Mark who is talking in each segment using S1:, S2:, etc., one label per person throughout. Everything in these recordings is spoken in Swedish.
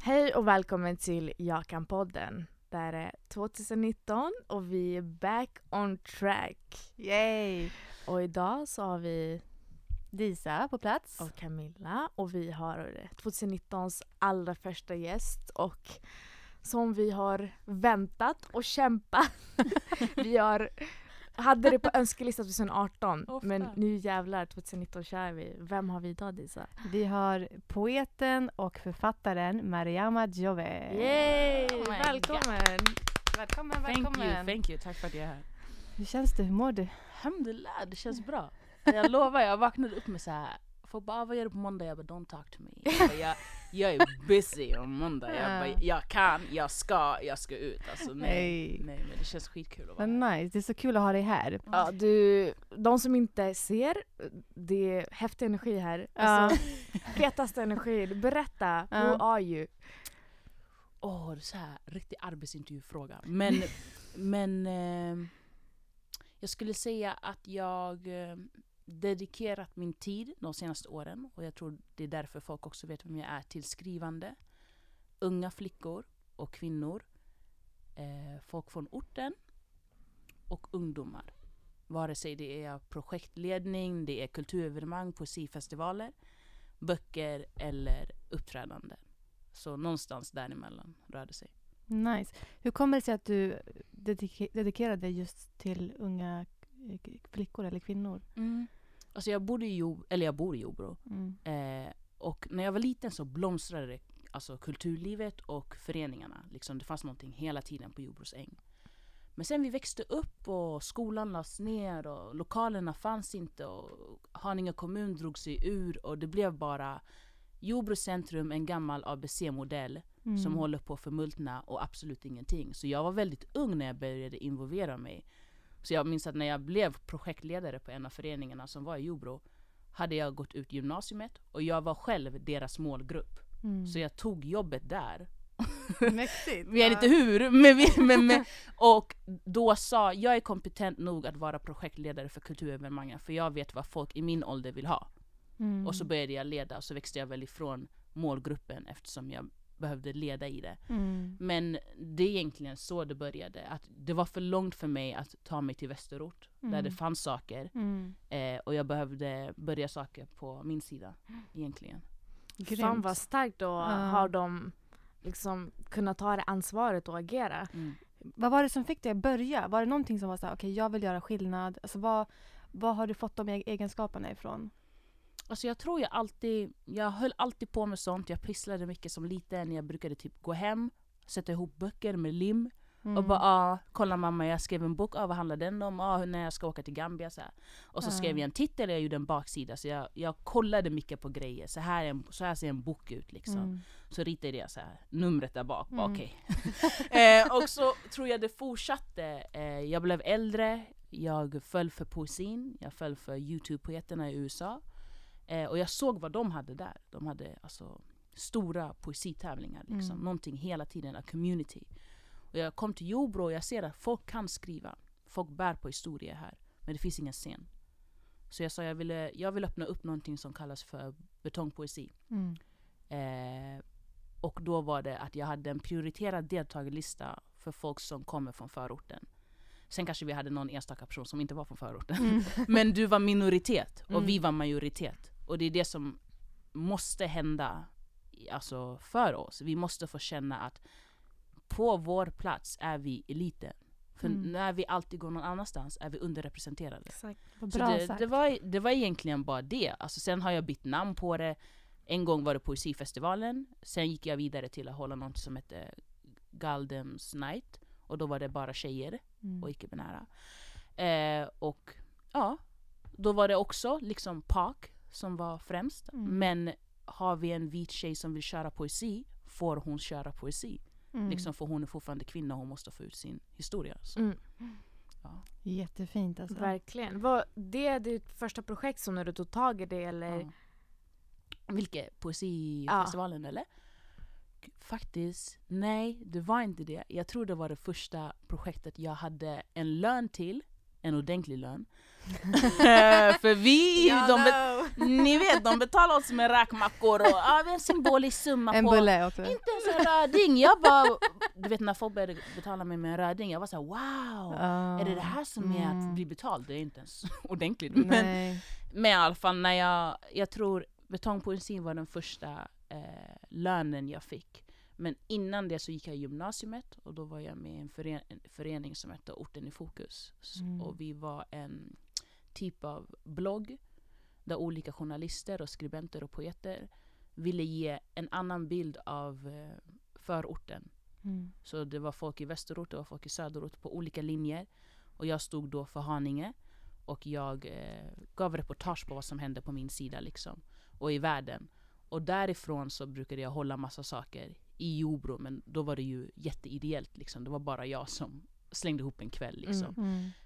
S1: Hej och välkommen till Jakan-podden. Det är 2019 och vi är back on track.
S2: Yay!
S1: Och idag så har vi
S2: Disa på plats.
S1: och Camilla och vi har 2019s allra första gäst och som vi har väntat och kämpat. Vi hade det på önskelistan 2018 men nu jävlar 2019 kör vi. Vem har vi idag, Disa?
S2: Vi har poeten och författaren Mariama Jove.
S1: Yay!
S3: Oh my
S1: Välkommen!
S2: Välkommen.
S3: Thank you. Tack för att jag är här.
S2: Hur känns det? Hur mår du?
S3: Alhamdulillah, det känns bra. Jag lovar, jag vaknade upp med så här. Folk bara, vad gör du på måndag? Jag bara, don't talk to me. Jag är busy om måndag. Jag ska ut. Alltså, nej, men det känns skitkul att vara här.
S2: Nice, det är så kul att ha dig här.
S1: Ja, de som inte ser, det är häftig energi här. Alltså, fetaste energi. Berätta, who are you?
S3: Det är så här riktig arbetsintervjufråga. Men jag skulle säga att jag dedikerat min tid de senaste åren, och jag tror det är därför folk också vet vem jag är, till skrivande. Unga flickor och kvinnor, folk från orten och ungdomar. Vare sig det är projektledning, det är kulturevenemang, poesifestivaler, böcker eller uppträdanden. Så någonstans däremellan rör det sig.
S2: Nice. Hur kommer det sig att du dedikerade just till unga flickor eller kvinnor?
S3: Alltså jag bor i Jobro. Och när jag var liten så blomstrade det, alltså kulturlivet och föreningarna. Liksom, det fanns någonting hela tiden på Jobros äng. Men sen vi växte upp och skolan lades ner och lokalerna fanns inte och Haninge kommun drog sig ur och det blev bara Jobro centrum, en gammal ABC-modell som håller på att förmultna och absolut ingenting. Så jag var väldigt ung när jag började involvera mig. Så jag minns att när jag blev projektledare på en av föreningarna som var i Jobro hade jag gått ut gymnasiet och jag var själv deras målgrupp. Så jag tog jobbet där.
S2: Mäktigt.
S3: Vi är inte hur, men och då sa jag är kompetent nog att vara projektledare för kulturevenemangen för jag vet vad folk i min ålder vill ha. Och så började jag leda och så växte jag väl ifrån målgruppen eftersom jag behövde leda i det. Men det är egentligen så det började. Att det var för långt för mig att ta mig till Västerort där det fanns saker. Och jag behövde börja saker på min sida egentligen.
S1: Grymt. Fan vad starkt då har de liksom kunnat ta det ansvaret och agera.
S2: Vad var det som fick dig att börja? Var det någonting som var så här, okej, jag vill göra skillnad? Alltså vad har du fått de egenskaperna ifrån?
S3: Alltså jag tror jag höll alltid på med sånt. Jag pysslade mycket som liten. Jag brukade typ gå hem, sätta ihop böcker med lim. Och bara, kolla mamma, jag skrev en bok. Vad handlar den om? När jag ska åka till Gambia. Så här. Och så skrev jag en titel och jag gjorde en baksida. Så jag kollade mycket på grejer. Så här ser en bok ut liksom. Så ritade jag så här, numret där bak. Okej. Och så tror jag det fortsatte. Jag blev äldre. Jag föll för poesin. Jag föll för YouTube-poeterna i USA. Och jag såg vad de hade där. De hade alltså stora poesitävlingar. Liksom. Någonting hela tiden, a community. Och jag kom till Jobro och jag ser att folk kan skriva. Folk bär på historia här. Men det finns ingen scen. Så jag sa jag vill öppna upp någonting som kallas för betongpoesi. Och då var det att jag hade en prioriterad deltagarlista för folk som kommer från förorten. Sen kanske vi hade någon enstaka person som inte var från förorten. Men du var minoritet och vi var majoritet. Och det är det som måste hända alltså för oss. Vi måste få känna att på vår plats är vi eliten. För när vi alltid går någon annanstans är vi underrepresenterade.
S2: Exakt.
S3: Så det var egentligen bara det. Alltså sen har jag bytt namn på det. En gång var det poesifestivalen. Sen gick jag vidare till att hålla något som heter Galdem's Night. Och då var det bara tjejer och icke-binära. Och ja, då var det också liksom PAK som var främst. Men har vi en vit tjej som vill köra poesi får hon köra poesi. Liksom för hon är fortfarande kvinna och hon måste få ut sin historia. Så. Ja.
S2: Jättefint alltså.
S1: Verkligen. Var det ditt första projekt som när du tog tag i det eller?
S3: Ja. Vilket? Poesifestivalen eller? Faktiskt, nej, det var inte det. Jag tror det var det första projektet jag hade en lön till. En ordentlig lön. För ni vet, de betalar oss med räkmackor och en symbolisk summa
S2: en
S3: på...
S2: bulle också.
S3: Inte så en röding. Jag bara, du vet när folk började betala mig med en röding, jag var så här, wow, är det här som är att bli betald? Det är inte ens ordentligt. Men i alla fall, när jag tror betongpoesi var den första lönen jag fick. Men innan det så gick jag i gymnasiet och då var jag med i en förening som hette Orten i fokus. Och vi var en typ av blogg där olika journalister och skribenter och poeter ville ge en annan bild av förorten. Så det var folk i västerort, det var folk i söderort på olika linjer. Och jag stod då för Haninge och jag gav reportage på vad som hände på min sida liksom, och i världen. Och därifrån så brukade jag hålla massa saker i Jobro, men då var det ju jätteideellt liksom. Det var bara jag som slängde ihop en kväll liksom.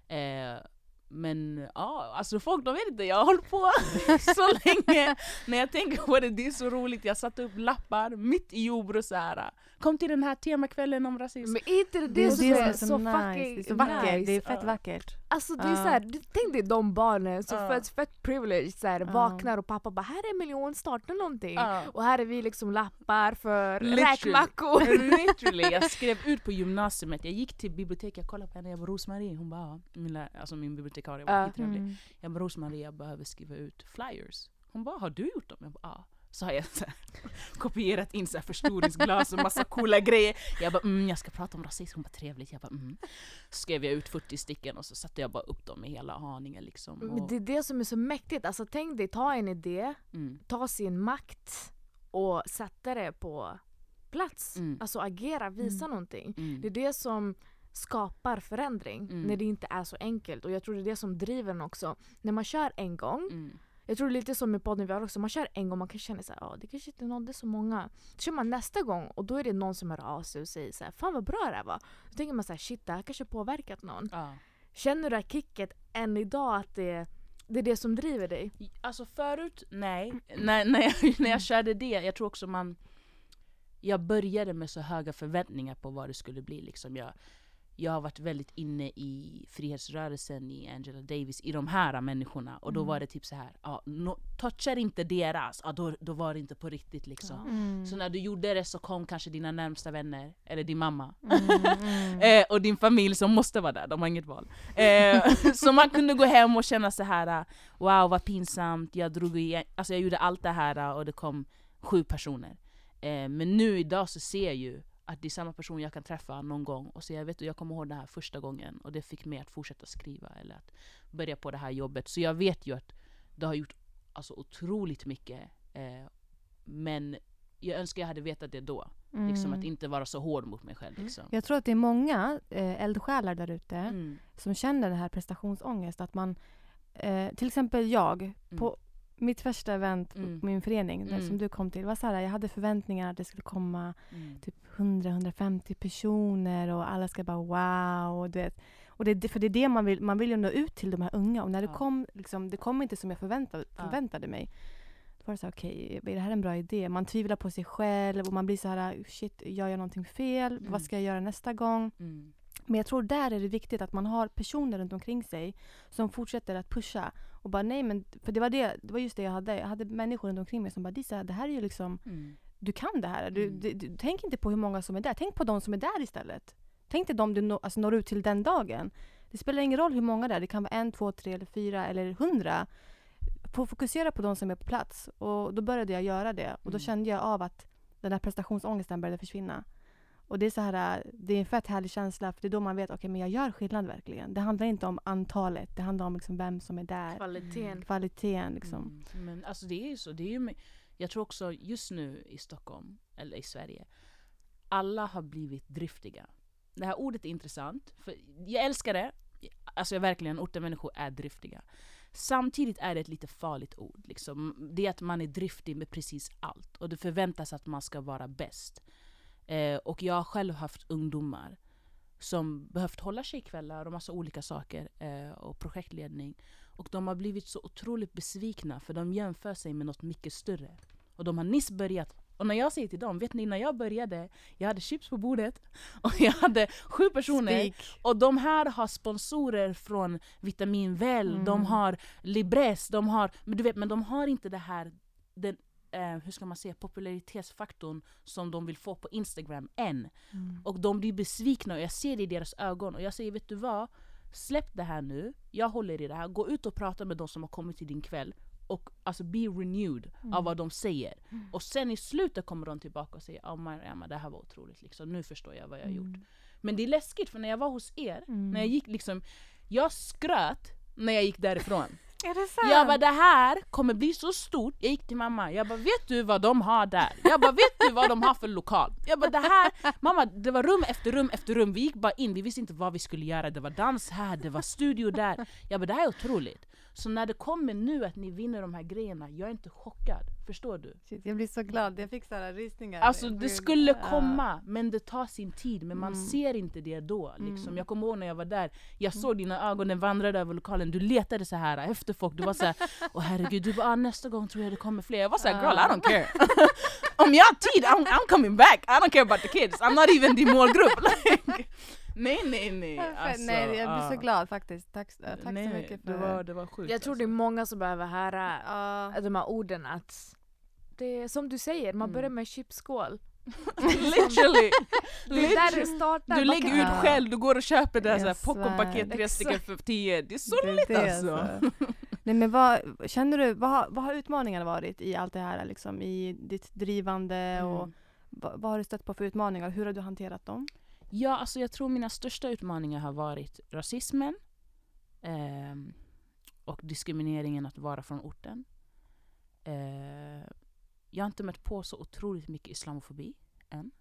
S3: Men ja, alltså folk, de vet inte, jag har hållit på så länge. När jag tänker på det är så roligt. Jag satte upp lappar mitt i Jobro så här. Kom till den här temakvällen om rasism.
S1: Men inte det som är så fucking
S2: nice. Det är vackert,
S1: nice.
S2: det är fett vackert.
S1: Alltså det är så här, tänk dig de barnen som föds fett privileged så här, vaknar och pappa bara, här är 1 miljon, starta någonting. Och här är vi liksom lappar för räkmackor.
S3: Literally, jag skrev ut på gymnasiet. Jag gick till biblioteket, jag kollade på henne, jag var Rosmarie. Hon bara, min bibliotekarie var skittrevlig. Jag bara, Rosmarie, jag behöver skriva ut flyers. Hon bara, har du gjort dem? Jag bara, Så har jag så här, kopierat in så här förstoringsglas och massa coola grejer. Jag bara, jag ska prata om rasism. Hon bara, trevligt. Jag bara, Så skrev jag ut 40 stycken och så satte jag bara upp dem i hela Haninge liksom.
S1: Men det är det som är så mäktigt. Alltså tänk dig, ta en idé, ta sin makt och sätta det på plats. Alltså agera, visa någonting. Det är det som skapar förändring när det inte är så enkelt. Och jag tror det är det som driver den också. När man kör en gång, jag tror lite som med podden vi har också, man kör en gång, man kan känna såhär, det kanske inte nådde så många. Så kör man nästa gång och då är det någon som hör av sig och säger såhär, fan vad bra det här var. Då tänker man såhär, shit, det här kanske påverkat någon. Känner du det här kicket än idag att det är det som driver dig?
S3: Alltså förut, nej. När jag körde det, jag tror också jag började med så höga förväntningar på vad det skulle bli liksom. Jag har varit väldigt inne i frihetsrörelsen, i Angela Davis, i de här människorna. Och då var det typ så här, touchar inte deras, då var det inte på riktigt liksom. Så när du gjorde det så kom kanske dina närmsta vänner, eller din mamma. Och din familj som måste vara där, de har inget val. Så man kunde gå hem och känna så här, wow vad pinsamt, jag gjorde allt det här och det kom 7 personer. Men nu idag så ser jag ju att det är samma person jag kan träffa någon gång och så jag kommer ihåg det här första gången och det fick mig att fortsätta skriva eller att börja på det här jobbet. Så jag vet ju att det har gjort alltså otroligt mycket, men jag önskar jag hade vetat det då. Liksom att inte vara så hård mot mig själv. Liksom.
S2: Jag tror att det är många eldsjälar där ute som känner den här prestationsångest. Att man, till exempel jag, på mitt första event på min förening som du kom till, var så här, jag hade förväntningar att det skulle komma typ 100-150 personer och alla ska bara wow och det, för det är det man vill ju nå ut till de här unga, och när det kom liksom, det kom inte som jag förväntade mig. Då var det så här, okej, är det här en bra idé? Man tvivlar på sig själv och man blir så här, shit, gör jag någonting fel? Vad ska jag göra nästa gång? Men jag tror där är det viktigt att man har personer runt omkring sig som fortsätter att pusha. Och bara nej, men för det var just det jag hade. Jag hade människor runt omkring mig som bara, Disa, det här är ju liksom, du kan det här. Du tänk inte på hur många som är där. Tänk på de som är där istället. Tänk dig de du når ut till den dagen. Det spelar ingen roll hur många det är. Det kan vara 1, 2, 3 eller 4 eller 100. Fokusera på de som är på plats. Och då började jag göra det. Och då kände jag av att den här prestationsångesten började försvinna. Och det är så här, det är en fett härlig känsla, för det är då man vet, okej, men jag gör skillnad verkligen. Det handlar inte om antalet, det handlar om liksom vem som är där. Kvaliteten liksom.
S3: Men alltså det är ju så, jag tror också just nu i Stockholm eller i Sverige, alla har blivit driftiga. Det här ordet är intressant, för jag älskar det. Alltså jag verkligen, ortenmänniskor är driftiga. Samtidigt är det ett lite farligt ord liksom. Det är att man är driftig med precis allt och det förväntas att man ska vara bäst. Och jag har själv haft ungdomar som behövt hålla sig kvällar och massa olika saker och projektledning. Och de har blivit så otroligt besvikna för de jämför sig med något mycket större. Och de har nyss börjat. Och när jag säger till dem, vet ni, när jag började, jag hade chips på bordet och jag hade 7 personer. Och de här har sponsorer från Vitamin Väl, de har Libres, men de har inte det här, hur ska man säga, popularitetsfaktorn som de vill få på Instagram än. Och de blir besvikna och jag ser det i deras ögon och jag säger, vet du vad, släpp det här nu, jag håller i det här, gå ut och prata med de som har kommit till din kväll och alltså be renewed av vad de säger. Och sen i slutet kommer de tillbaka och säger, Mariama, det här var otroligt liksom. Nu förstår jag vad jag har gjort. Men det är läskigt för när jag var hos er, när jag gick liksom, jag skröt när jag gick därifrån.
S2: Är det sant?
S3: Jag bara, det här kommer bli så stort. Jag gick till mamma, jag bara, vet du vad de har där? Jag bara, vet du vad de har för lokal? Jag bara, det här, mamma, det var rum efter rum efter rum. Vi gick bara in, vi visste inte vad vi skulle göra. Det var dans här, det var studio där. Jag bara, det här är otroligt. Så när det kommer nu att ni vinner de här grejerna, jag är inte chockad. Förstår du?
S2: Shit, jag blir så glad, jag fick sådana rysningar.
S3: Alltså det skulle komma, men det tar sin tid. Men man ser inte det då. Liksom. Jag kommer ihåg när jag var där, jag såg dina ögon, den vandrade över lokalen. Du letade så här efter folk. Du var så här, åh herregud, du bara, nästa gång tror jag det kommer fler. Jag var så här, girl, I don't care. Om jag har tid, I'm coming back. I don't care about the kids. I'm not even the målgrupp. Nej. Alltså,
S2: nej, jag blir så glad faktiskt. Tack så mycket för
S3: det var sjukt.
S1: Jag tror det är många som behöver höra de här orden, att det är som du säger, man börjar med chipsskål.
S3: Literally.
S1: Det är där det startar.
S3: Du lägger ut själv, du går och köper det här popcornpaket 3 stycken för 10. Det är så roligt alltså.
S2: Nej, men känner du, vad har utmaningarna varit i allt det här liksom, i ditt drivande och vad har du stött på för utmaningar? Hur har du hanterat dem?
S3: Ja, alltså jag tror mina största utmaningar har varit rasismen och diskrimineringen att vara från orten. Jag har inte mött på så otroligt mycket islamofobi än.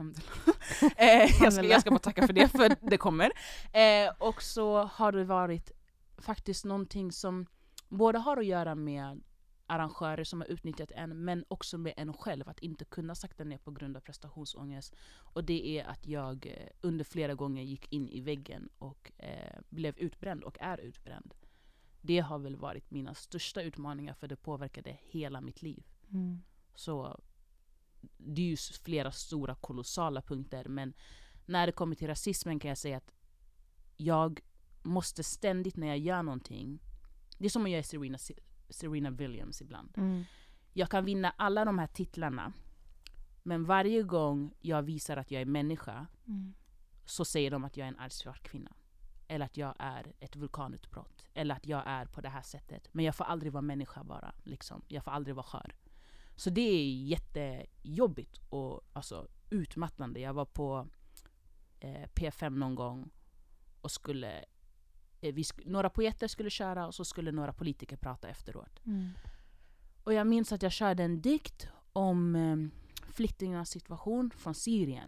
S3: Jag ska bara tacka för det, för det kommer. Och så har det varit faktiskt någonting som både har att göra med arrangörer som har utnyttjat en, men också med en själv, att inte kunna sakta ner på grund av prestationsångest. Och det är att jag under flera gånger gick in i väggen och blev utbränd och är utbränd. Det har väl varit mina största utmaningar, för det påverkade hela mitt liv. Så det är ju flera stora kolossala punkter, men när det kommer till rasismen kan jag säga att jag måste ständigt när jag gör någonting, det är som att jag är Serena Williams ibland. Jag kan vinna alla de här titlarna, men varje gång jag visar att jag är människa så säger de att jag är en arg svart kvinna. Eller att jag är ett vulkanutbrott. Eller att jag är på det här sättet. Men jag får aldrig vara människa bara. Liksom. Jag får aldrig vara skör. Så det är jättejobbigt och alltså, utmattande. Jag var på P5 någon gång och några poeter skulle köra och så skulle några politiker prata efteråt. Och jag minns att jag körde en dikt om flyktingarnas situation från Syrien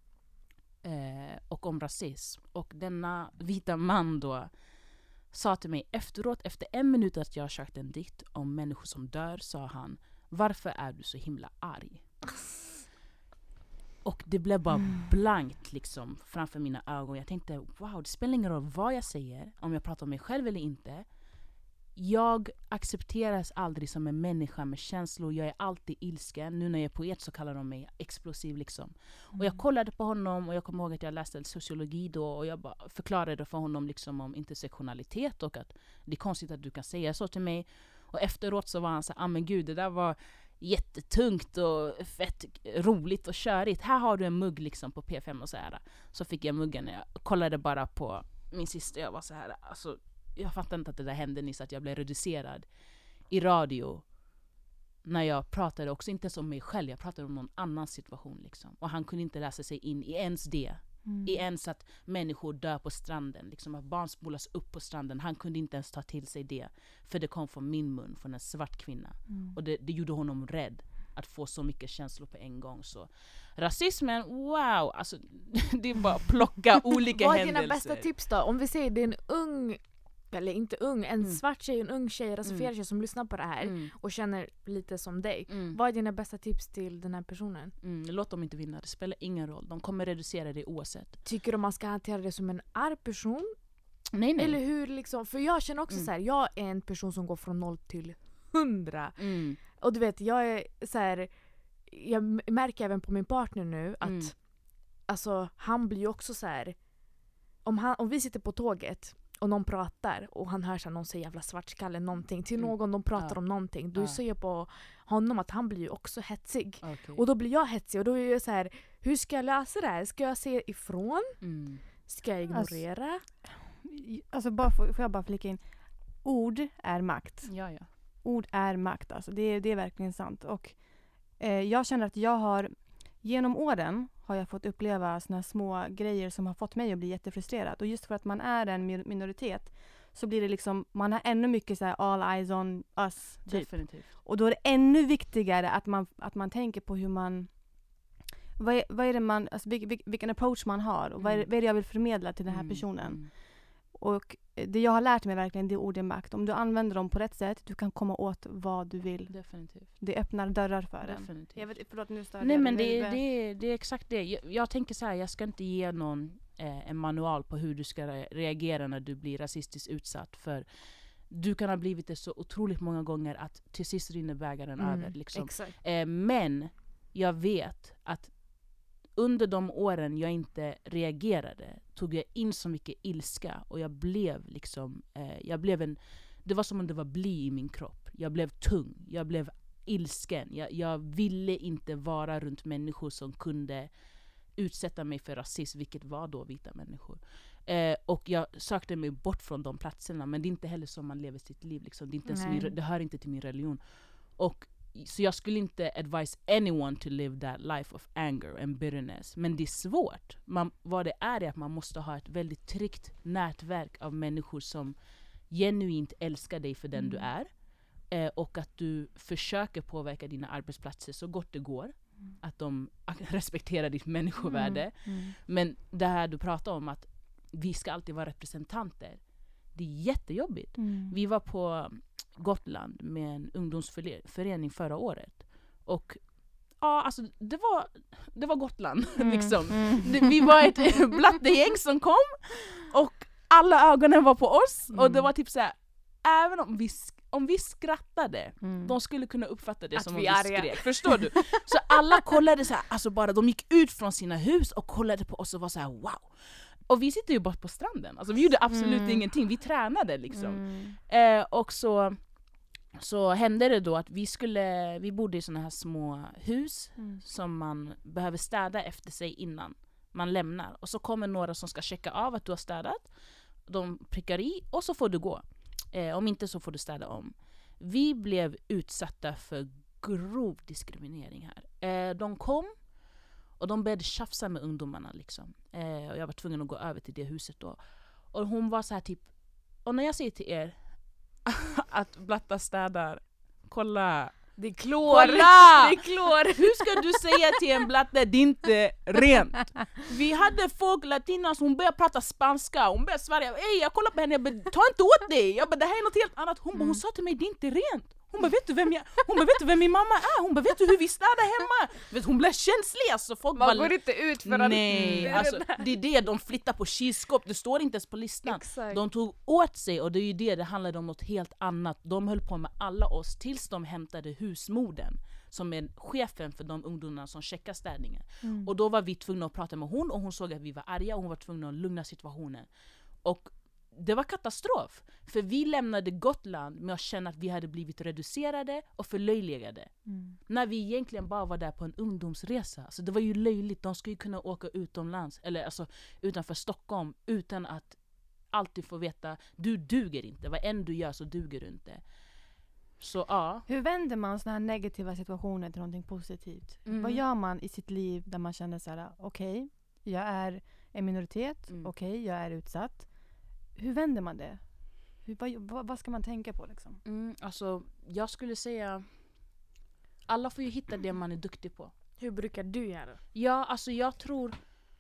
S3: och om rasism. Och denna vita man då sa till mig efteråt, efter 1 minut att jag kört en dikt om människor som dör, sa han: varför är du så himla arg? Och det blev bara blankt liksom framför mina ögon. Jag tänkte, wow, det spelar ingen roll vad jag säger, om jag pratar om mig själv eller inte. Jag accepteras aldrig som en människa med känslor. Jag är alltid ilsken. Nu när jag är poet så kallar de mig explosiv liksom. Och jag kollade på honom och jag kommer ihåg att jag läste sociologi då och jag bara förklarade för honom liksom om intersektionalitet och att det är konstigt att du kan säga så till mig. Och efteråt så var han så här, men gud, det där var jättetungt och fett roligt och körigt. Här har du en mugg liksom på P5 och så här. Så fick jag muggen och jag kollade bara på min syster. Jag var så här, alltså jag fattar inte att det där hände nyss, att jag blev reducerad i radio när jag pratade också inte som mig själv, jag pratade om någon annan situation liksom. Och han kunde inte läsa sig in i ens det. I ens att människor dör på stranden, liksom att barn spolas upp på stranden. Han kunde inte ens ta till sig det, för det kom från min mun, från en svart kvinna. Och det gjorde honom rädd att få så mycket känslor på en gång. Så rasismen, wow, alltså det är bara att plocka olika
S1: Vad är
S3: händelser.
S1: dina bästa tips då? Om vi säger det är en ung, eller inte ung, en svart tjej, en ung tjej, rasifierad tjej som lyssnar på det här och känner lite som dig. Vad är dina bästa tips till den här personen?
S3: Låt dem inte vinna, det spelar ingen roll. De kommer reducera det oavsett.
S1: Tycker du man ska hantera det som en arg person?
S3: Nej.
S1: Eller hur liksom, för jag känner också så här, jag är en person som går från 0 till 100. Och du vet, jag är så här, jag märker även på min partner nu att alltså, han blir ju också så här, om vi sitter på tåget och någon pratar och han hör så här, någon säger jävla svartskalle någonting till någon, de pratar om någonting, då ser jag på honom att han blir ju också hetsig.
S3: Okay.
S1: Och då blir jag hetsig och då är jag så här, hur ska jag lösa det här? Ska jag se ifrån? Ska jag ignorera?
S2: Alltså får jag bara flika in. Ord är makt.
S3: Ja.
S2: Ord är makt. Alltså. Det är verkligen sant. Och jag känner att genom åren har jag fått uppleva såna små grejer som har fått mig att bli jättefrustrerad. Och just för att man är en minoritet så blir det liksom, man har ännu mycket så här all eyes on us. Typ.
S3: Definitivt.
S2: Och då är det ännu viktigare att man tänker på hur man, vad är det man, alltså vilken approach man har och vad är det jag vill förmedla till den här personen. Och det jag har lärt mig verkligen, det är ord är makt. Om du använder dem på rätt sätt, du kan komma åt vad du vill.
S3: Definitivt.
S2: Det öppnar dörrar för
S3: Definitivt.
S2: den. Förlåt, nu stör
S3: Nej, men det är exakt det. Jag tänker så här, jag ska inte ge någon en manual på hur du ska reagera när du blir rasistiskt utsatt. För du kan ha blivit det så otroligt många gånger att till sist rinner bägaren över. Liksom. Men jag vet att under de åren jag inte reagerade tog jag in så mycket ilska och jag blev liksom, det var som om det var bly i min kropp. Jag blev tung, jag blev ilsken. Jag ville inte vara runt människor som kunde utsätta mig för rasism, vilket var då vita människor. Och jag sökte mig bort från de platserna, men det är inte heller så man lever sitt liv. Liksom. Det, är inte ens det hör inte till min religion. Och så jag skulle inte advise anyone to live that life of anger and bitterness. Men det är svårt. Vad det är att man måste ha ett väldigt tryggt nätverk av människor som genuint älskar dig för den du är. Och att du försöker påverka dina arbetsplatser så gott det går. Att de respekterar ditt människovärde. Men det här du pratar om att vi ska alltid vara representanter. Det är jättejobbigt. Vi var på Gotland med en ungdomsförening förra året. Och ja, alltså det var Gotland liksom. Vi var ett blattegäng som kom och alla ögonen var på oss och det var typ så här, även om vi skrattade, de skulle kunna uppfatta det att som om vi skrek. Förstår du? Så alla kollade så här, alltså bara de gick ut från sina hus och kollade på oss och var så här vi Och vi sitter ju bara på stranden. Alltså vi gjorde absolut ingenting. Vi tränade liksom. Och så hände det då att vi bodde i såna här små hus som man behöver städa efter sig innan man lämnar. Och så kommer några som ska checka av att du har städat. De prickar i och så får du gå. Om inte så får du städa om. Vi blev utsatta för grov diskriminering här. De kom och de började tjafsa med ungdomarna liksom. Och jag var tvungen att gå över till det huset då. Och hon var så här typ, och när jag säger till er att blatta städar, kolla.
S1: Det är klor.
S3: Kolla!
S1: Det är klor.
S3: Hur ska du säga till en blatte det är inte rent? Vi hade folk latinas, hon började prata spanska, hon började svära. Jag kollar på henne, jag bara, ta inte åt dig. Jag bara, det här är något helt annat. Hon sa till mig, det är inte rent. Hon bara, vet du vem min mamma är? Hon bara, vet du hur vi städar hemma? Hon blev känslig alltså. Folk
S1: man går inte ut för att...
S3: Nej, alltså, det är det, de flyttar på kylskåp. Det står inte ens på listan.
S1: Exakt.
S3: De tog åt sig och det är ju det handlade om något helt annat. De höll på med alla oss tills de hämtade husmodern som är chefen för de ungdomarna som checkar städningen. Och då var vi tvungna att prata med hon och hon såg att vi var arga och hon var tvungen att lugna situationen. Och det var katastrof. För vi lämnade Gotland med att känna att vi hade blivit reducerade och förlöjligade. När vi egentligen bara var där på en ungdomsresa. Alltså det var ju löjligt. De skulle ju kunna åka utomlands. Eller alltså utanför Stockholm. Utan att alltid få veta. Du duger inte. Vad än du gör så duger du inte. Så ja.
S2: Hur vänder man såna här negativa situationer till någonting positivt? Vad gör man i sitt liv där man känner så här: okej, jag är en minoritet. Okej, jag är utsatt. Hur vänder man det? Vad ska man tänka på liksom?
S3: Alltså, jag skulle säga alla får ju hitta det man är duktig på.
S1: Hur brukar du göra?
S3: Ja, alltså jag tror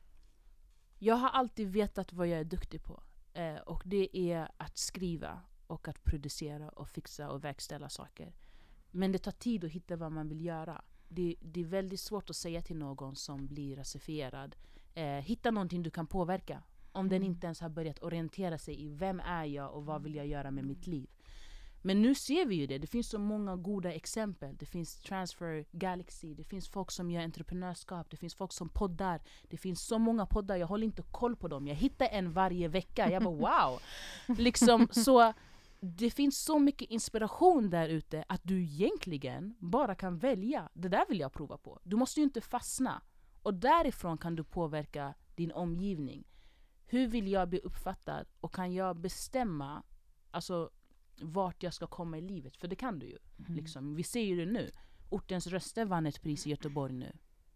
S3: jag har alltid vetat vad jag är duktig på. Och det är att skriva och att producera och fixa och verkställa saker. Men det tar tid att hitta vad man vill göra. Det är väldigt svårt att säga till någon som blir rasifierad. Hitta någonting du kan påverka. Om den inte ens har börjat orientera sig i vem är jag och vad vill jag göra med mitt liv. Men nu ser vi ju det. Det finns så många goda exempel. Det finns Transfer Galaxy. Det finns folk som gör entreprenörskap. Det finns folk som poddar. Det finns så många poddar. Jag håller inte koll på dem. Jag hittar en varje vecka. Jag bara wow. Liksom, så det finns så mycket inspiration där ute att du egentligen bara kan välja. Det där vill jag prova på. Du måste ju inte fastna. Och därifrån kan du påverka din omgivning. Hur vill jag bli uppfattad? Och kan jag bestämma alltså, vart jag ska komma i livet? För det kan du ju. Liksom. Vi ser ju det nu. Ortens röster vann ett pris i Göteborg nu.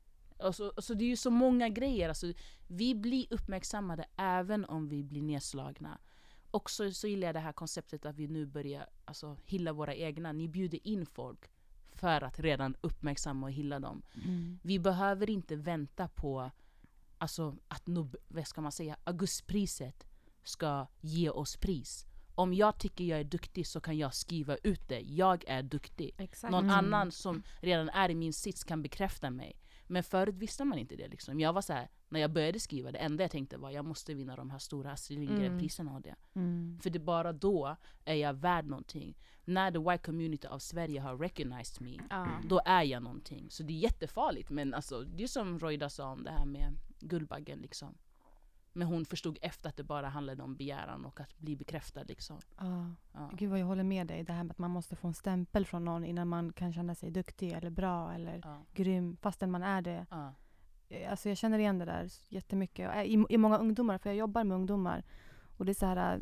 S3: Så det är ju så många grejer. Alltså, vi blir uppmärksammade även om vi blir nedslagna. Och så gillar jag det här konceptet att vi nu börjar alltså, hylla våra egna. Ni bjuder in folk för att redan uppmärksamma och hylla dem. Vi behöver inte vänta på alltså, att vad ska man säga, Augustpriset ska ge oss pris. Om jag tycker jag är duktig så kan jag skriva ut det. Jag är duktig.
S1: Exakt.
S3: Någon annan som redan är i min sits kan bekräfta mig. Men förut visste man inte det. Liksom. Jag var så här, när jag började skriva, det enda jag tänkte var jag måste vinna de här stora Astrid Lindgren-priserna och det. För det bara då är jag värd någonting. När the white community av Sverige har recognized me, då är jag någonting. Så det är jättefarligt. Men alltså, det är som Roida sa om det här med Guldbaggen. Liksom. Men hon förstod efter att det bara handlade om begäran och att bli bekräftad. Liksom.
S2: Gud vad jag håller med dig. Det här med att man måste få en stämpel från någon innan man kan känna sig duktig eller bra eller grym. Fastän man är det. Alltså jag känner igen det där jättemycket. I många ungdomar, för jag jobbar med ungdomar. Och det är så här...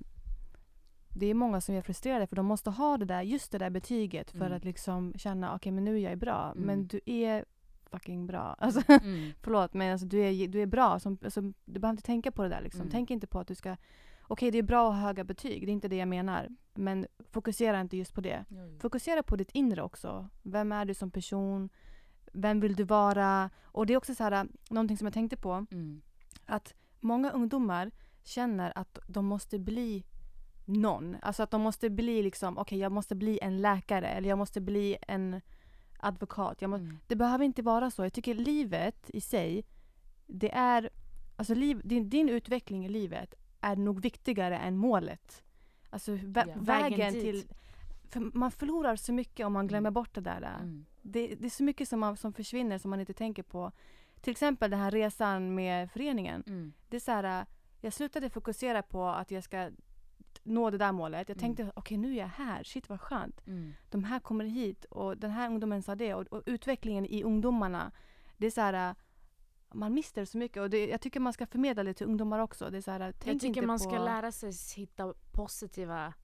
S2: Det är många som är frustrerade för de måste ha det där, just det där betyget för att liksom känna okej, men nu är jag bra. Men du är fucking bra. Alltså, förlåt, men alltså, du är bra. Alltså, du behöver inte tänka på det där. Liksom. Tänk inte på att du ska... Okej, det är bra att ha höga betyg. Det är inte det jag menar. Men fokusera inte just på det. Fokusera på ditt inre också. Vem är du som person? Vem vill du vara? Och det är också så här, någonting som jag tänkte på. Att många ungdomar känner att de måste bli någon. Alltså att de måste bli liksom, okej, jag måste bli en läkare. Eller jag måste bli en advokat. Det behöver inte vara så. Jag tycker livet i sig, det är, alltså din utveckling i livet är nog viktigare än målet. Alltså vägen till, för man förlorar så mycket om man glömmer bort det där. Det är så mycket som försvinner som man inte tänker på. Till exempel den här resan med föreningen. Det är så här, jag slutade fokusera på att jag ska nå det där målet. Jag tänkte, okej, nu är jag här. Shit, vad skönt. De här kommer hit och den här ungdomen sa det. Och utvecklingen i ungdomarna, det är så här, man mister så mycket. Och jag tycker man ska förmedla det till ungdomar också. Det är så här,
S1: jag tycker inte man ska lära sig hitta positiva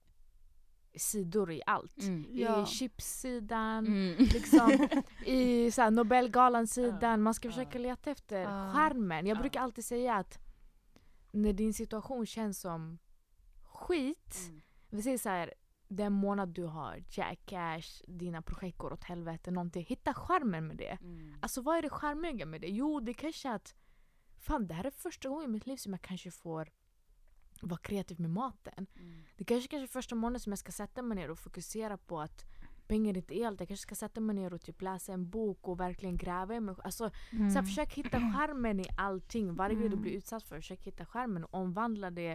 S1: sidor i allt. I chipssidan, liksom, i så här, Nobelgalan-sidan. Man ska försöka leta efter skärmen. Jag brukar alltid säga att när din situation känns som skit. Vi säger så här, den månad du har Jack Cash, dina projekt går åt helvete, någonting. Hitta skärmen med det. Alltså vad är det skärmiga med det? Jo, det kanske att fan, det här är första gången i mitt liv som jag kanske får vara kreativ med maten. Det kanske första månaden som jag ska sätta mig ner och fokusera på att pengar inte är allt. Jag kanske ska sätta mig ner och typ läsa en bok och verkligen gräva i mig. Alltså, så försök hitta skärmen i allting. Varje gång du blir utsatt för, försök hitta skärmen och omvandla det.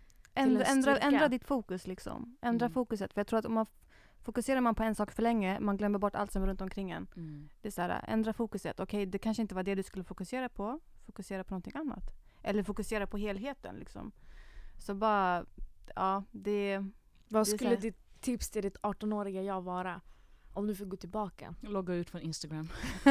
S2: Ändra ditt fokus liksom. Ändra fokuset. För jag tror att om man fokuserar man på en sak för länge, man glömmer bort allt som är runt omkring en. Det är så här, ändra fokuset. Okej, det kanske inte var det du skulle fokusera på. Fokusera på någonting annat. Eller fokusera på helheten liksom. Så bara, ja, det...
S1: Vad skulle ditt tips till ditt 18-åriga jag vara? Om du får gå tillbaka.
S3: Logga ut från Instagram.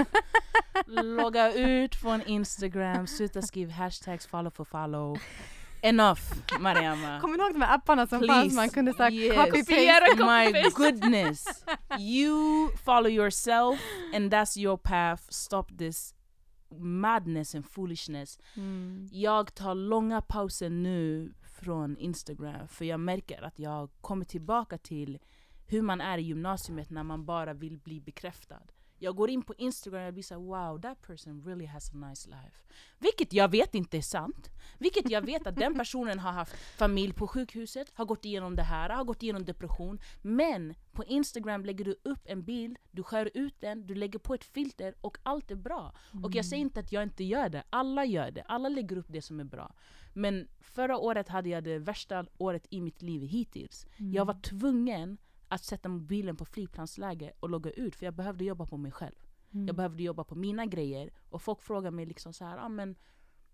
S3: Logga ut från Instagram. Sluta skriv hashtags follow for follow. Enough, Mariama.
S2: Kommer du ihåg de här apparna som fanns? Man kunde säga
S3: copy-paste. My goodness. You follow yourself and that's your path. Stop this madness and foolishness. Jag tar långa pauser nu från Instagram. För jag märker att jag kommer tillbaka till hur man är i gymnasiet när man bara vill bli bekräftad. Jag går in på Instagram och blir så wow, that person really has a nice life. Vilket jag vet inte är sant. Vilket jag vet att den personen har haft familj på sjukhuset, har gått igenom det här, har gått igenom depression. Men på Instagram lägger du upp en bild, du skär ut den, du lägger på ett filter och allt är bra. Och jag säger inte att jag inte gör det. Alla gör det. Alla lägger upp det som är bra. Men förra året hade jag det värsta året i mitt liv hittills. Jag var tvungen att sätta mobilen på flygplansläge och logga ut. För jag behövde jobba på mig själv. Jag behövde jobba på mina grejer. Och folk frågar mig liksom så här, men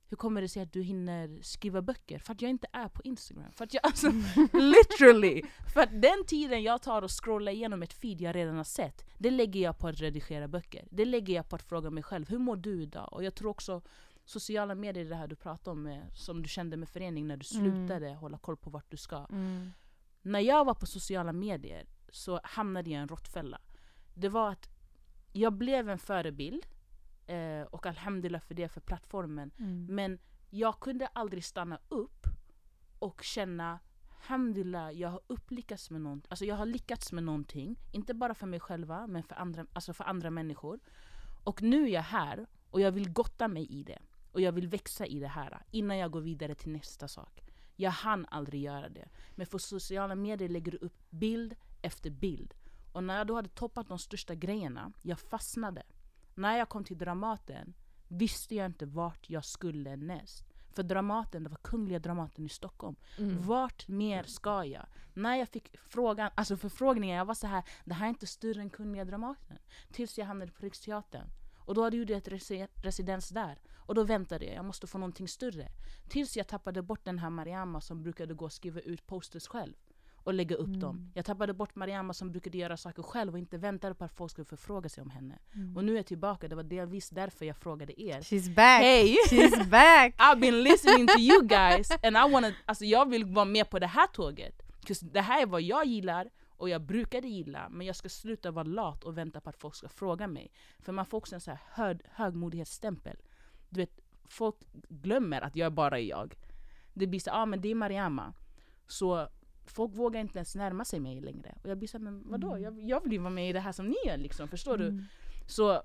S3: hur kommer det sig att du hinner skriva böcker? För att jag inte är på Instagram. För att jag, alltså, literally. För att den tiden jag tar och scrollar igenom ett feed jag redan har sett, det lägger jag på att redigera böcker. Det lägger jag på att fråga mig själv, hur mår du idag? Och jag tror också sociala medier, det här du pratade om, som du kände med förening när du slutade hålla koll på vart du ska. När jag var på sociala medier så hamnade jag i en råttfälla. Det var att jag blev en förebild. Och alhamdulillah för det, för plattformen. Men jag kunde aldrig stanna upp och känna alhamdulillah, jag har lyckats med någonting. Inte bara för mig själva, men för andra människor. Och nu är jag här och jag vill gotta mig i det. Och jag vill växa i det här innan jag går vidare till nästa sak. Jag hann aldrig göra det. Men för sociala medier lägger du upp bild efter bild. Och när jag då hade toppat de största grejerna, jag fastnade. När jag kom till Dramaten visste jag inte vart jag skulle näst. För Dramaten, det var Kungliga Dramaten i Stockholm. Vart mer ska jag? När jag fick förfrågningen, jag var så här, det här är inte större än Kungliga Dramaten. Tills jag hamnade på Riksteatern. Och då hade jag ett residens där. Och då väntade jag måste få någonting större. Tills jag tappade bort den här Mariama som brukade gå och skriva ut posters själv. Och lägga upp dem. Jag tappade bort Mariama som brukade göra saker själv och inte väntade på att folk skulle förfråga sig om henne. Och nu är jag tillbaka. Det var delvis därför jag frågade er.
S2: She's back!
S3: Hey!
S2: She's back!
S3: I've been listening to you guys and jag vill vara med på det här tåget. Det här är vad jag gillar och jag brukade gilla, men jag ska sluta vara lat och vänta på att folk ska fråga mig. För man får också en så här högmodighetsstämpel. Du vet, folk glömmer att jag bara är jag. Det blir så, men det är Mariama. Så folk vågar inte ens närma sig mig längre. Och jag blir så här, men vadå? Jag vill ju vara med i det här som ni är liksom, förstår du? Så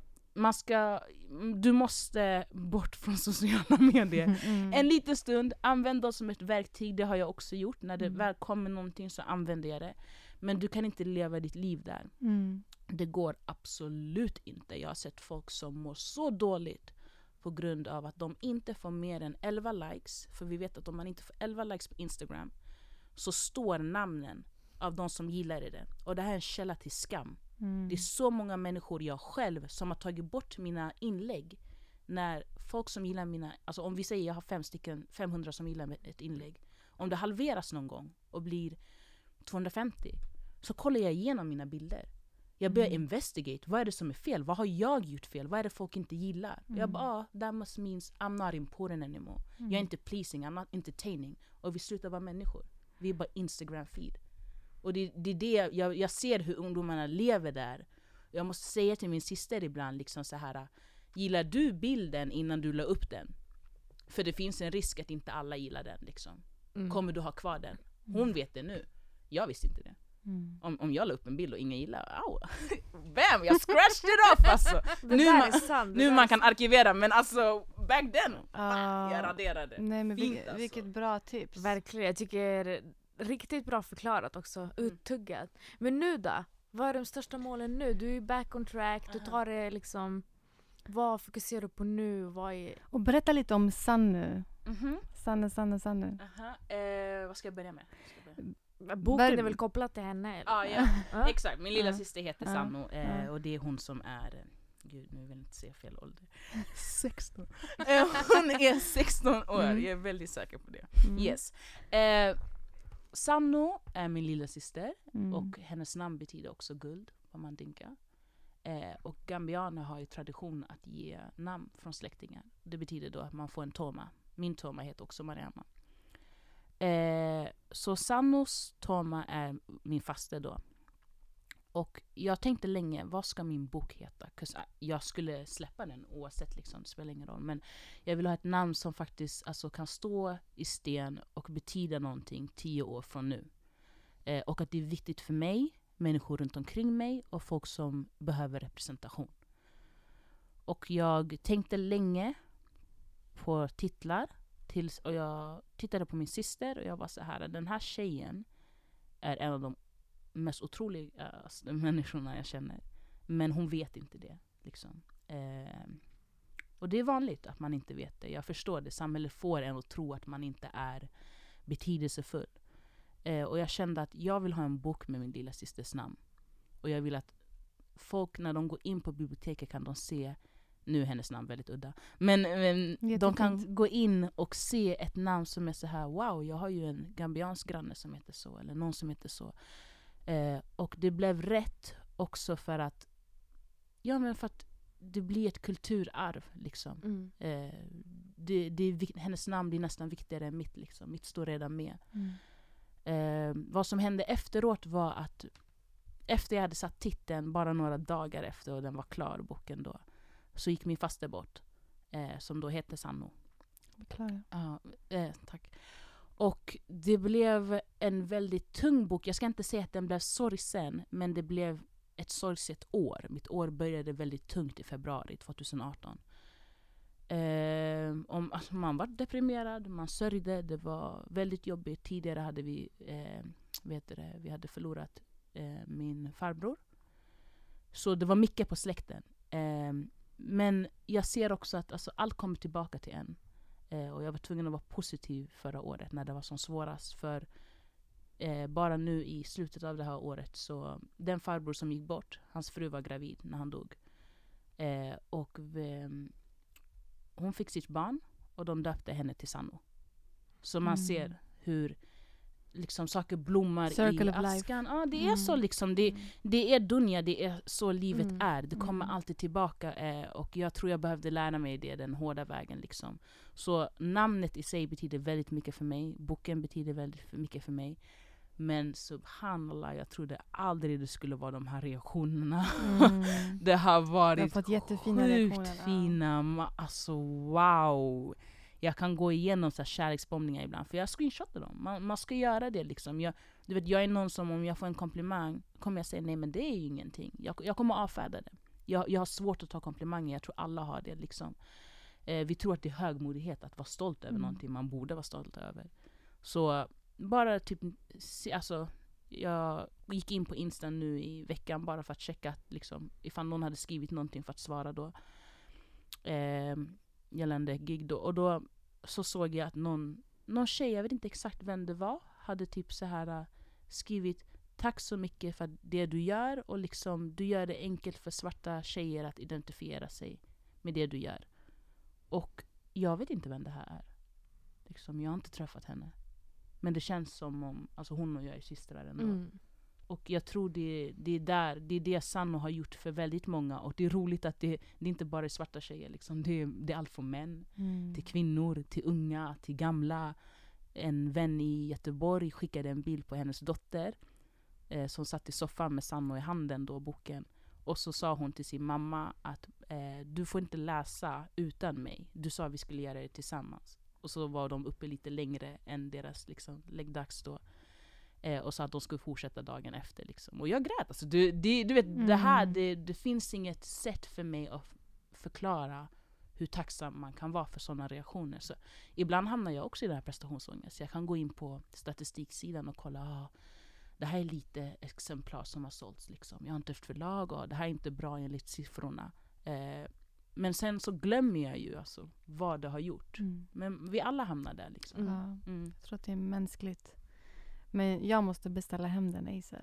S3: du måste bort från sociala medier. En liten stund, använd oss som ett verktyg, det har jag också gjort. När det väl kommer någonting så använder jag det. Men du kan inte leva ditt liv där. Det går absolut inte. Jag har sett folk som mår så dåligt på grund av att de inte får mer än 11 likes. För vi vet att om man inte får 11 likes på Instagram så står namnen av de som gillar det. Och det här är en källa till skam. Det är så många människor, jag själv, som har tagit bort mina inlägg. När folk som gillar alltså om vi säger jag har 500 som gillar ett inlägg. Om det halveras någon gång och blir 250 så kollar jag igenom mina bilder. Jag börjar investigate. Vad är det som är fel? Vad har jag gjort fel? Vad är det folk inte gillar? Jag bara, that must means I'm not important anymore. Jag är inte pleasing, I'm not entertaining. Och vi slutar vara människor. Vi är bara Instagram-feed. Och det är det jag ser hur ungdomarna lever där. Jag måste säga till min syster ibland liksom så här: gillar du bilden innan du la upp den? För det finns en risk att inte alla gillar den liksom. Kommer du ha kvar den? Hon vet det nu. Jag visste inte det. Om jag la upp en bild och ingen gillar, bam, jag scratched it off alltså. Nu man kan arkivera, men alltså back then jag raderade.
S2: Nej, men vilket bra tips.
S1: Verkligen, jag tycker riktigt bra förklarat också, uttuggat. Men nu då? Vad är de största målen nu? Du är back on track, du tar det liksom, vad fokuserar du på nu? Och
S2: berätta lite om Sannu. Sannu.
S3: Vad ska jag börja med?
S1: Boken är väl kopplad till henne?
S3: Ja, exakt. Min lilla syster heter Sannu och det är hon som är, gud, nu vill jag inte säga fel ålder. 16. Hon är 16 år, jag är väldigt säker på det. Yes. Sannu är min lilla syster och hennes namn betyder också guld på mandinka. Och gambianer har ju tradition att ge namn från släktingar. Det betyder då att man får en toma. Min toma heter också Mariama. Så Sannus toma är min faste då. Och jag tänkte länge, vad ska min bok heta? Jag skulle släppa den oavsett, liksom, det spelar ingen roll. Men jag vill ha ett namn som faktiskt alltså, kan stå i sten och betyda någonting 10 år från nu. Och att det är viktigt för mig, människor runt omkring mig och folk som behöver representation. Och jag tänkte länge på titlar. Och jag tittade på min syster och jag var så här, den här tjejen är en av de mest otroliga människorna jag känner. Men hon vet inte det. Liksom. Och det är vanligt att man inte vet det. Jag förstår det. Samhället får en att tro att man inte är betydelsefull. Och jag kände att jag vill ha en bok med min lilla systers namn. Och jag vill att folk, när de går in på biblioteket, kan de se Nu är hennes namn väldigt udda. Men de kan gå in och se ett namn som är så här: wow, jag har ju en gambiansk granne som heter så. Eller någon som heter så. Och det blev rätt också för att det blir ett kulturarv. Liksom. Hennes namn blir nästan viktigare än mitt. Liksom. Mitt står redan med. Vad som hände efteråt var att efter jag hade satt titeln bara några dagar efter och den var klar, boken då, så gick min faster bort, som då heter Sanno. Tack. Och det blev en väldigt tung bok. Jag ska inte säga att den blev sorgsen, men det blev ett sorgset år. Mitt år började väldigt tungt i februari 2018. Man var deprimerad, man sörjde, det var väldigt jobbigt. Tidigare hade vi hade förlorat min farbror. Så det var mycket på släkten. Men jag ser också att allt kommer tillbaka till en. Och jag var tvungen att vara positiv förra året när det var som svårast. För bara nu i slutet av det här året, så den farbror som gick bort, hans fru var gravid när han dog. Och hon fick sitt barn och de döpte henne till Sanno. Så man ser hur liksom saker blommar
S2: Circle
S3: i askan. Ja, det är så liksom. Det är dunja, det är så livet är. Det kommer alltid tillbaka. Och jag tror jag behövde lära mig det den hårda vägen. Liksom. Så namnet i sig betyder väldigt mycket för mig. Boken betyder väldigt mycket för mig. Men subhanallah, jag trodde aldrig det skulle vara de här reaktionerna. Det har varit
S2: fått jättefina
S3: sjukt
S2: reaktioner,
S3: fina. Alltså wow. Jag kan gå igenom så här kärleksbombningar ibland. För jag screenshotar dem. Man ska göra det liksom. Jag är någon som, om jag får en komplimang, kommer jag säga nej, men det är ju ingenting. Jag kommer avfärda det. Jag har svårt att ta komplimanger. Jag tror alla har det liksom. Vi tror att det är högmodighet att vara stolt över någonting man borde vara stolt över. Så bara typ, alltså, jag gick in på Insta nu i veckan bara för att checka liksom, ifall någon hade skrivit någonting för att svara då. Gällande gig då. Och då så såg jag att någon tjej, jag vet inte exakt vem det var, hade typ så här skrivit: tack så mycket för det du gör, och liksom du gör det enkelt för svarta tjejer att identifiera sig med det du gör. Och jag vet inte vem det här är. Liksom, jag har inte träffat henne. Men det känns som om, alltså hon och jag är systrar ändå. Och jag tror det är det Sanno har gjort för väldigt många. Och det är roligt att det inte bara är svarta tjejer. Liksom. Det är allt från män till kvinnor, till unga, till gamla. En vän i Göteborg skickade en bild på hennes dotter som satt i soffan med Sanno i handen då, boken. Och så sa hon till sin mamma att du får inte läsa utan mig. Du sa att vi skulle göra det tillsammans. Och så var de uppe lite längre än deras liksom, läggdags då. Och sa att de skulle fortsätta dagen efter. Liksom. Och jag grät. Alltså, du vet, det här, det finns inget sätt för mig att förklara hur tacksam man kan vara för sådana reaktioner. Så ibland hamnar jag också i den här prestationsångest. Jag kan gå in på statistiksidan och kolla, det här är lite exemplar som har sålts. Liksom. Jag har inte haft förlag och det här är inte bra enligt siffrorna. Men sen så glömmer jag ju alltså vad det har gjort. Men vi alla hamnar där. Liksom.
S2: Jag tror att det är mänskligt. Men jag måste beställa hem den ASAP.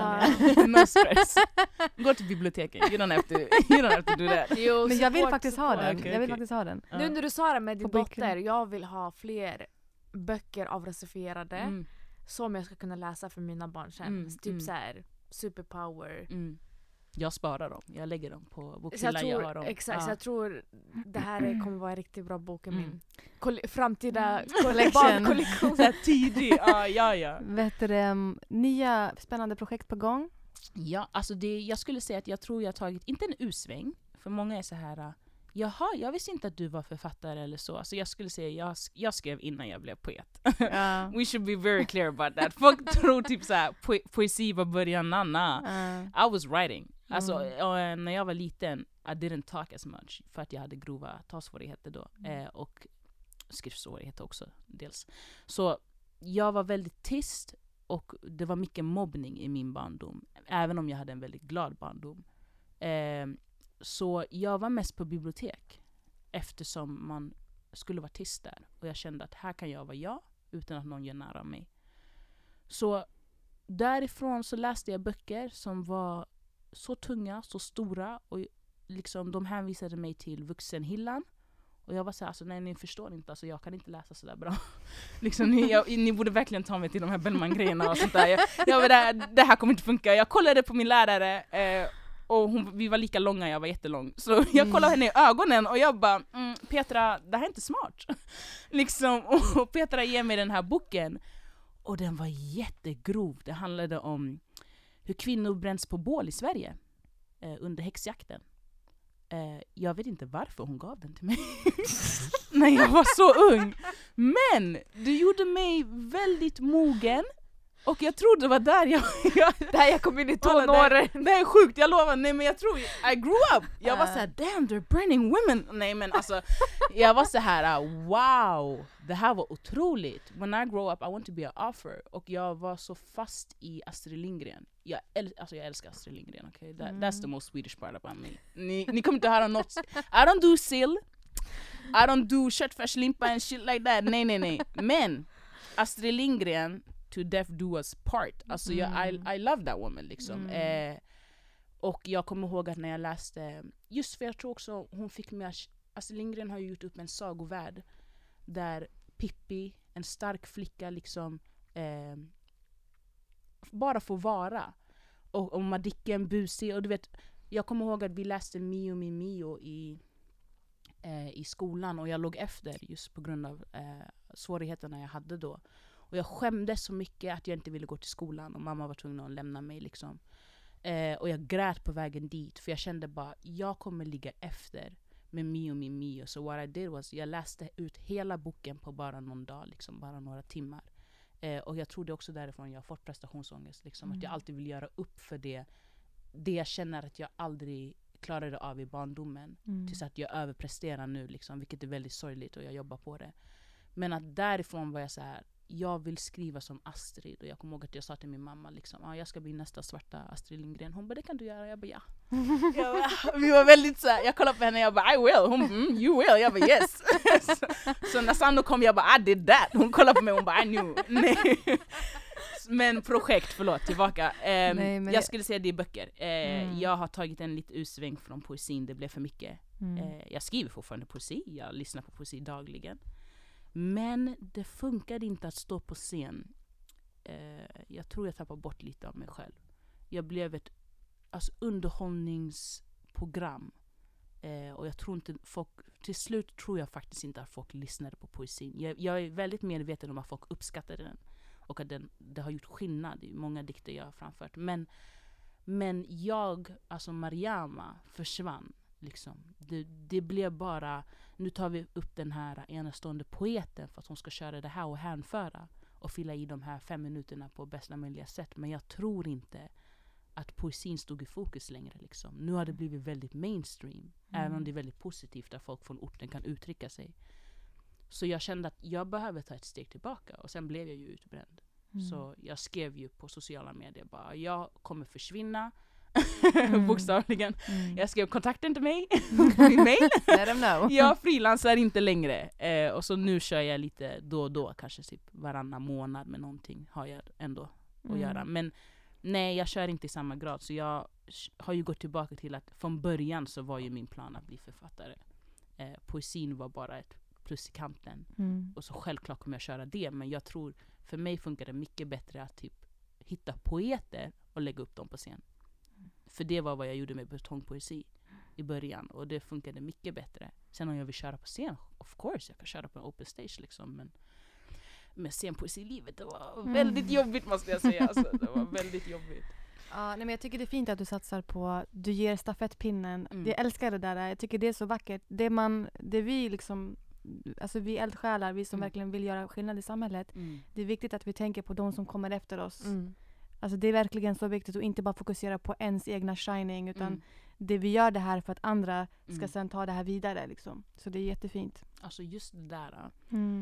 S3: No stress. Gå till biblioteket. You don't have to do that.
S2: Men jag vill faktiskt ha den. Jag vill faktiskt ha den.
S1: Nu när du sa det med din dotter, jag vill ha fler böcker avrasifierade som jag ska kunna läsa för mina barn sen. Typ så här superpower.
S3: Jag sparar dem. Jag lägger dem på bokhyllan. Jag har dem.
S1: Exakt, så jag tror det här kommer vara en riktigt bra bok i min framtida
S2: kollektion.
S3: Tidig. Ja.
S2: Vet du, nya spännande projekt på gång?
S3: Ja, alltså jag skulle säga att jag tror jag har tagit, inte en usväng, för många är så här: jaha, jag visste inte att du var författare eller så. Alltså jag skulle säga, jag skrev innan jag blev poet. We should be very clear about that. Folk tror typ såhär, poesi var början, I was writing. Alltså när jag var liten, I didn't talk as much. För att jag hade grova talsvårigheter då. Och skrivsvårigheter också, dels. Så jag var väldigt tyst. Och det var mycket mobbning i min barndom. Även om jag hade en väldigt glad barndom. Så jag var mest på bibliotek eftersom man skulle vara tyst där. Och jag kände att här kan jag vara jag utan att någon gör nära mig. Så därifrån så läste jag böcker som var så tunga, så stora. Och liksom, de hänvisade mig till vuxenhyllan. Och jag var så här, alltså, nej, ni förstår inte, alltså, jag kan inte läsa så där bra. Liksom, ni borde verkligen ta mig till de här Bellman-grejerna och sånt där. Det här kommer inte funka. Jag kollade på min lärare och vi var lika långa, jag var jättelång. Så jag kollade henne i ögonen och jag bara, Petra, det här är inte smart. Liksom, och Petra ger mig den här boken. Och den var jättegrov. Det handlade om hur kvinnor bränns på bål i Sverige under häxjakten. Jag vet inte varför hon gav den till mig när jag var så ung. Men det gjorde mig väldigt mogen. Och jag tror det var där jag
S1: kom in i tonåren.
S3: Det är sjukt, jag lovar. Nej, men jag tror I grew up. Jag var så här, damn, they're burning women. Nej, men alltså, jag var så här, wow, det här var otroligt. When I grow up I want to be an author. Och jag var så fast i Astrid Lindgren. Jag älskar Astrid Lindgren, okay? That's the most Swedish part about me. Ni kommer inte höra något. I don't do sill. I don't do köttfärslimpa and shit like that. Nej. Men Astrid Lindgren, to death do us part. Alltså I love that woman liksom. Och jag kommer ihåg att när jag läste, just för jag tror också hon fick med, Astrid Lindgren har ju gjort upp en sagovärld där Pippi, en stark flicka liksom bara får vara. Och Madicken busig, och du vet, jag kommer ihåg att vi läste Mio min Mio i skolan och jag låg efter just på grund av svårigheterna jag hade då. Och jag skämdes så mycket att jag inte ville gå till skolan och mamma var tvungen att lämna mig liksom. Och jag grät på vägen dit för jag kände bara, jag kommer ligga efter med Mio min Mio. Så what I did was, jag läste ut hela boken på bara någon dag, liksom, bara några timmar. Och jag tror det också därifrån jag har fått prestationsångest. Liksom, att jag alltid vill göra upp för det jag känner att jag aldrig klarade av i barndomen. Tills att jag överpresterar nu, liksom, vilket är väldigt sorgligt och jag jobbar på det. Men att därifrån var jag så här, jag vill skriva som Astrid. Och jag kommer ihåg att jag sa till min mamma liksom, jag ska bli nästa svarta Astrid Lindgren. Hon bara, det kan du göra. Jag bara, ja. Vi var väldigt så här, jag kollade på henne och jag bara, I will. Hon bara, you will. Jag bara, yes. Så när Sandro kom, jag bara, I did that. Hon kollade på mig och hon bara, I knew. Nej. Men projekt, förlåt, tillbaka. Jag skulle säga det i böcker. Jag har tagit en lite utsväng från poesin. Det blev för mycket. Jag skriver fortfarande poesi. Jag lyssnar på poesi dagligen. Men det funkade inte att stå på scen. Jag tror jag tappade bort lite av mig själv. Jag blev ett underhållningsprogram. Och jag tror inte till slut tror jag faktiskt inte att folk lyssnade på poesin. Jag är väldigt medveten om att folk uppskattade den. Och att det har gjort skillnad i många dikter jag har framfört. Men jag, alltså Mariama, försvann. Liksom. Det blev bara, nu tar vi upp den här enastående poeten för att hon ska köra det här och hänföra och fylla i de här 5 minuterna på bästa möjliga sätt. Men jag tror inte att poesin stod i fokus längre. Liksom. Nu har det blivit väldigt mainstream, även om det är väldigt positivt att folk från orten kan uttrycka sig. Så jag kände att jag behöver ta ett steg tillbaka och sen blev jag ju utbränd. Så jag skrev ju på sociala medier bara, jag kommer försvinna. Bokstavligen. Jag skrev kontakta inte mig på min mail.
S2: Let them know.
S3: Jag frilansar inte längre. Och så nu kör jag lite då och då, kanske typ varannan månad med någonting har jag ändå att göra. Men nej, jag kör inte i samma grad. Så jag har ju gått tillbaka till att från början så var ju min plan att bli författare. Poesin var bara ett plus i kanten. Och så självklart kommer jag köra det. Men jag tror, för mig funkar det mycket bättre att typ hitta poeter och lägga upp dem på scen. För det var vad jag gjorde med betongpoesi i början. Och det funkade mycket bättre. Sen om jag vill köra på scen, of course, jag kan köra på en open stage liksom. Men med scenpoesi i livet, det var väldigt jobbigt måste jag säga. Alltså, det var väldigt jobbigt.
S2: Ja, nej, men jag tycker det är fint att du satsar på, du ger stafettpinnen. Jag älskar det där. Jag tycker det är så vackert. Det vi liksom, alltså vi eldsjälar, vi som verkligen vill göra skillnad i samhället. Det är viktigt att vi tänker på de som kommer efter oss. Alltså det är verkligen så viktigt att inte bara fokusera på ens egna shining, utan det vi gör det här för att andra ska sen ta det här vidare liksom. Så det är jättefint.
S3: Alltså just det där.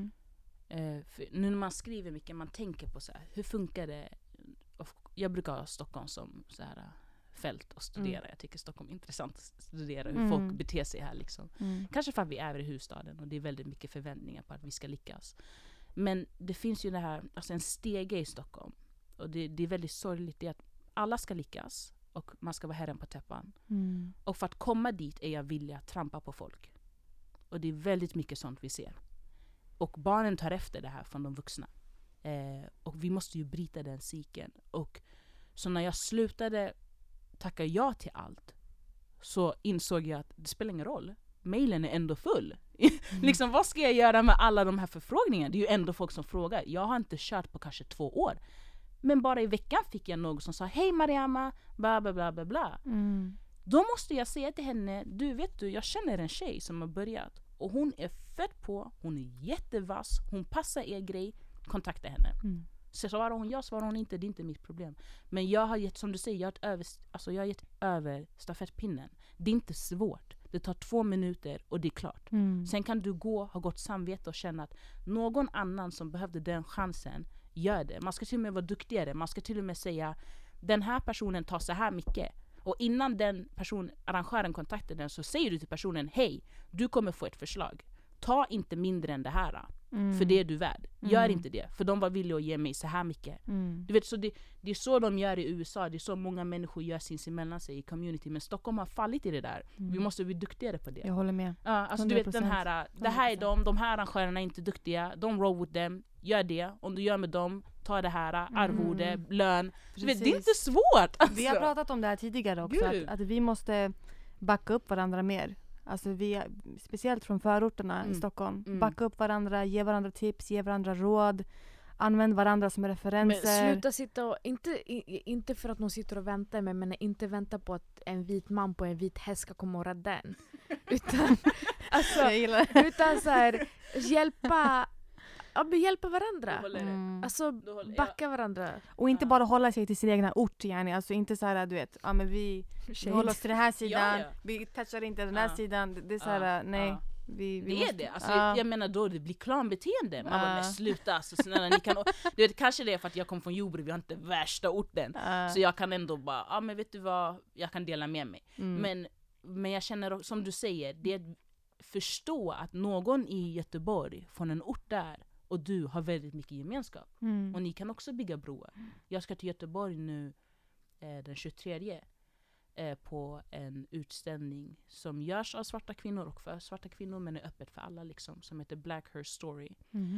S3: För nu när man skriver mycket, man tänker på så här, hur funkar det? Jag brukar ha Stockholm som så här fält och studera. Jag tycker Stockholm är intressant att studera hur folk beter sig här liksom. Kanske för att vi är i huvudstaden och det är väldigt mycket förväntningar på att vi ska lyckas. Men det finns ju det här, alltså en stege i Stockholm. Och det är väldigt sorgligt, det är att alla ska lyckas och man ska vara herren på täppan.
S2: Mm.
S3: Och för att komma dit är jag villig att trampa på folk. Och det är väldigt mycket sånt vi ser. Och barnen tar efter det här från de vuxna. Och vi måste ju bryta den cykeln. Och så när jag slutade tacka ja till allt så insåg jag att det spelar ingen roll. Mailen är ändå full. Liksom, vad ska jag göra med alla de här förfrågningarna? Det är ju ändå folk som frågar. Jag har inte kört på kanske 2 år. Men bara i veckan fick jag någon som sa hej Mariama, bla bla bla bla bla. Då måste jag säga till henne, jag känner en tjej som har börjat. Och hon är fett på, hon är jättevass, hon passar er grej, kontakta henne. Så svarar hon ja, svarar hon inte, det är inte mitt problem. Men jag har gett, som du säger, jag har gett över stafettpinnen. Det är inte svårt. Det tar 2 minuter och det är klart. Sen kan du ha gott samvete och känna att någon annan som behövde den chansen gör det. Man ska till och med vara duktigare. Man ska till och med säga den här personen tar så här mycket. Och innan den arrangören kontaktar den så säger du till personen hej, du kommer få ett förslag. Ta inte mindre än det här. För det är du värd. Gör inte det. För de var villiga att ge mig så här mycket. Du vet, så det är så de gör i USA. Det är så många människor gör sinsemellan sig i community. Men Stockholm har fallit i det där. Vi måste bli duktigare på det.
S2: Jag håller med.
S3: Alltså, du vet den här, det här är de här arrangörerna är inte duktiga. De roll with them. Gör det. Om du gör med dem, ta det här, arvode, lön. Du vet, det är inte svårt. Alltså.
S2: Vi har pratat om det här tidigare också. Att vi måste backa upp varandra mer. Alltså speciellt från förorterna i Stockholm. Backa upp varandra, ge varandra tips, ge varandra råd. Använd varandra som referenser.
S1: Men sluta sitta och, inte för att någon sitter och väntar, men inte vänta på att en vit man på en vit häst ska komma och rädda den. Utan, alltså, utan så här, hjälpa varandra. Alltså backa varandra.
S2: Och inte bara hålla sig till sin egna ort. Yani. Alltså inte så här, du vet, men vi håller oss till den här sidan. Vi touchar inte den här sidan. Det är så här, nej. Vi
S3: det måste, är det. Alltså, jag menar då det blir klanbeteende. Man bara, sluta. Alltså, snälla, ni kan, du vet, kanske det är för att jag kom från Jordbro. Vi har inte värsta orten. Så jag kan ändå bara, men vet du vad? Jag kan dela med mig. Men jag känner, som du säger, det är att förstå att någon i Göteborg från en ort där och du har väldigt mycket gemenskap. Och ni kan också bygga broar. Jag ska till Göteborg nu den 23 på en utställning som görs av svarta kvinnor och för svarta kvinnor, men är öppet för alla liksom, som heter Black Her Story.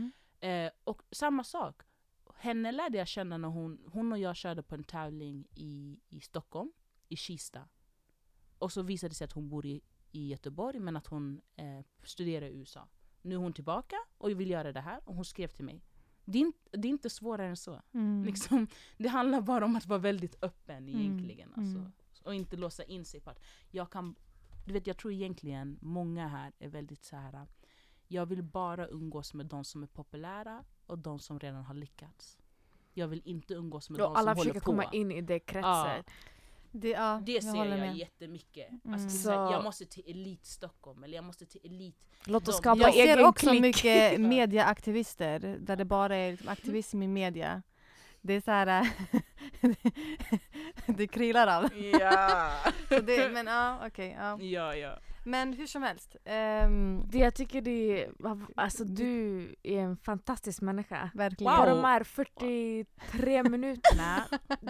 S3: Och samma sak. Henne lärde jag känna när hon och jag körde på en tävling i Stockholm, i Kista. Och så visade det sig att hon bor i Göteborg, men att hon studerar i USA. Nu är hon tillbaka och vill göra det här. Och hon skrev till mig. Det är inte svårare än så. Liksom, det handlar bara om att vara väldigt öppen egentligen. Alltså. Och inte låsa in sig på att jag tror egentligen många här är väldigt så här. Jag vill bara umgås med de som är populära och de som redan har lyckats. Jag vill inte umgås med de som håller på.
S1: Alla försöker komma in i det kretset.
S3: Det ser jag jättemycket. Alltså, jag måste till Elit Stockholm eller jag måste till Elit.
S1: Låt oss skapa
S2: jag
S1: egen
S2: ser också
S1: klick.
S2: mycket medieaktivister där det bara är liksom aktivism i media. Det är så här det krilar av.
S3: Ja.
S2: Men okej.
S3: Ja.
S2: Men hur som helst.
S1: Det jag tycker alltså du är en fantastisk människa.
S2: Verkligen.
S1: På de här 43 minuterna.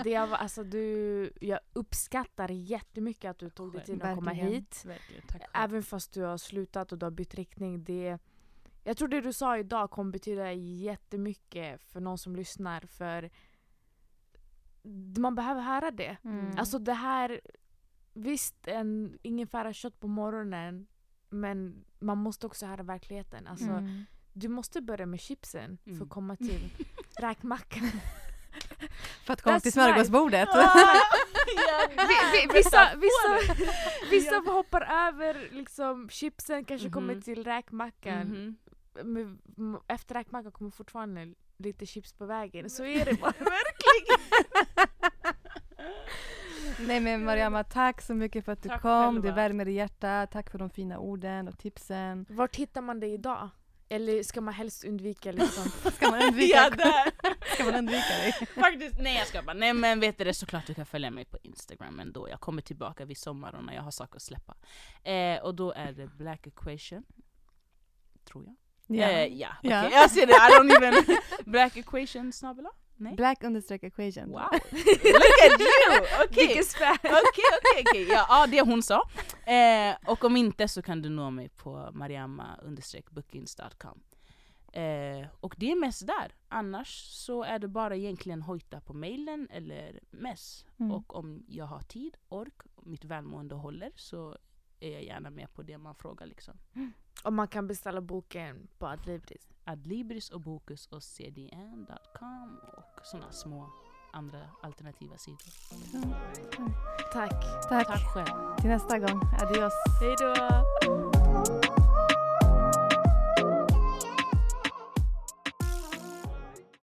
S1: Jag uppskattar jättemycket att du tog dig tid att komma hit.
S3: Verkligen, tack.
S1: Även fast du har slutat och du har bytt riktning. Jag tror det du sa idag kommer betyda jättemycket för någon som lyssnar. För man behöver höra det. Alltså det här, visst en ingefära kött på morgonen, men man måste också höra verkligheten. Alltså du måste börja med chipsen för att komma till räkmackan.
S2: För att komma till smörgåsbordet.
S1: Vissa hoppar över liksom chipsen, kanske kommer till räkmackan. Efter räkmackan kommer fortfarande lite chips på vägen. Så är det bara.
S3: Verkligen.
S2: Nej men Mariama, tack så mycket för att du kom. Själva. Det värmer i hjärtat. Tack för de fina orden och tipsen.
S1: Vart hittar man dig idag? Eller ska man helst undvika liksom?
S2: Ska man undvika dig?
S3: Faktiskt, nej men vet du det, såklart du kan följa mig på Instagram ändå. Jag kommer tillbaka vid sommaren när jag har saker att släppa. Och då är det Black Equation. Tror jag. Okay. Jag ser det. I don't even Black Equation / Nej.
S2: Black_equation.
S3: Wow. Look at you! Okej.
S1: Vilken spär.
S3: Okej. Ja, det hon sa. Och om inte så kan du nå mig på mariama_bookings.com. Och det är mest där. Annars så är det bara egentligen hojta på mailen eller mess. Och om jag har tid, ork, mitt välmående håller, så är jag gärna med på det man frågar liksom.
S1: Och man kan beställa boken på Adlibris.
S3: Adlibris och Bokus och cdn.com och sådana små andra alternativa sidor.
S1: Tack.
S3: Tack själv.
S2: Till nästa gång. Adios.
S1: Hej då.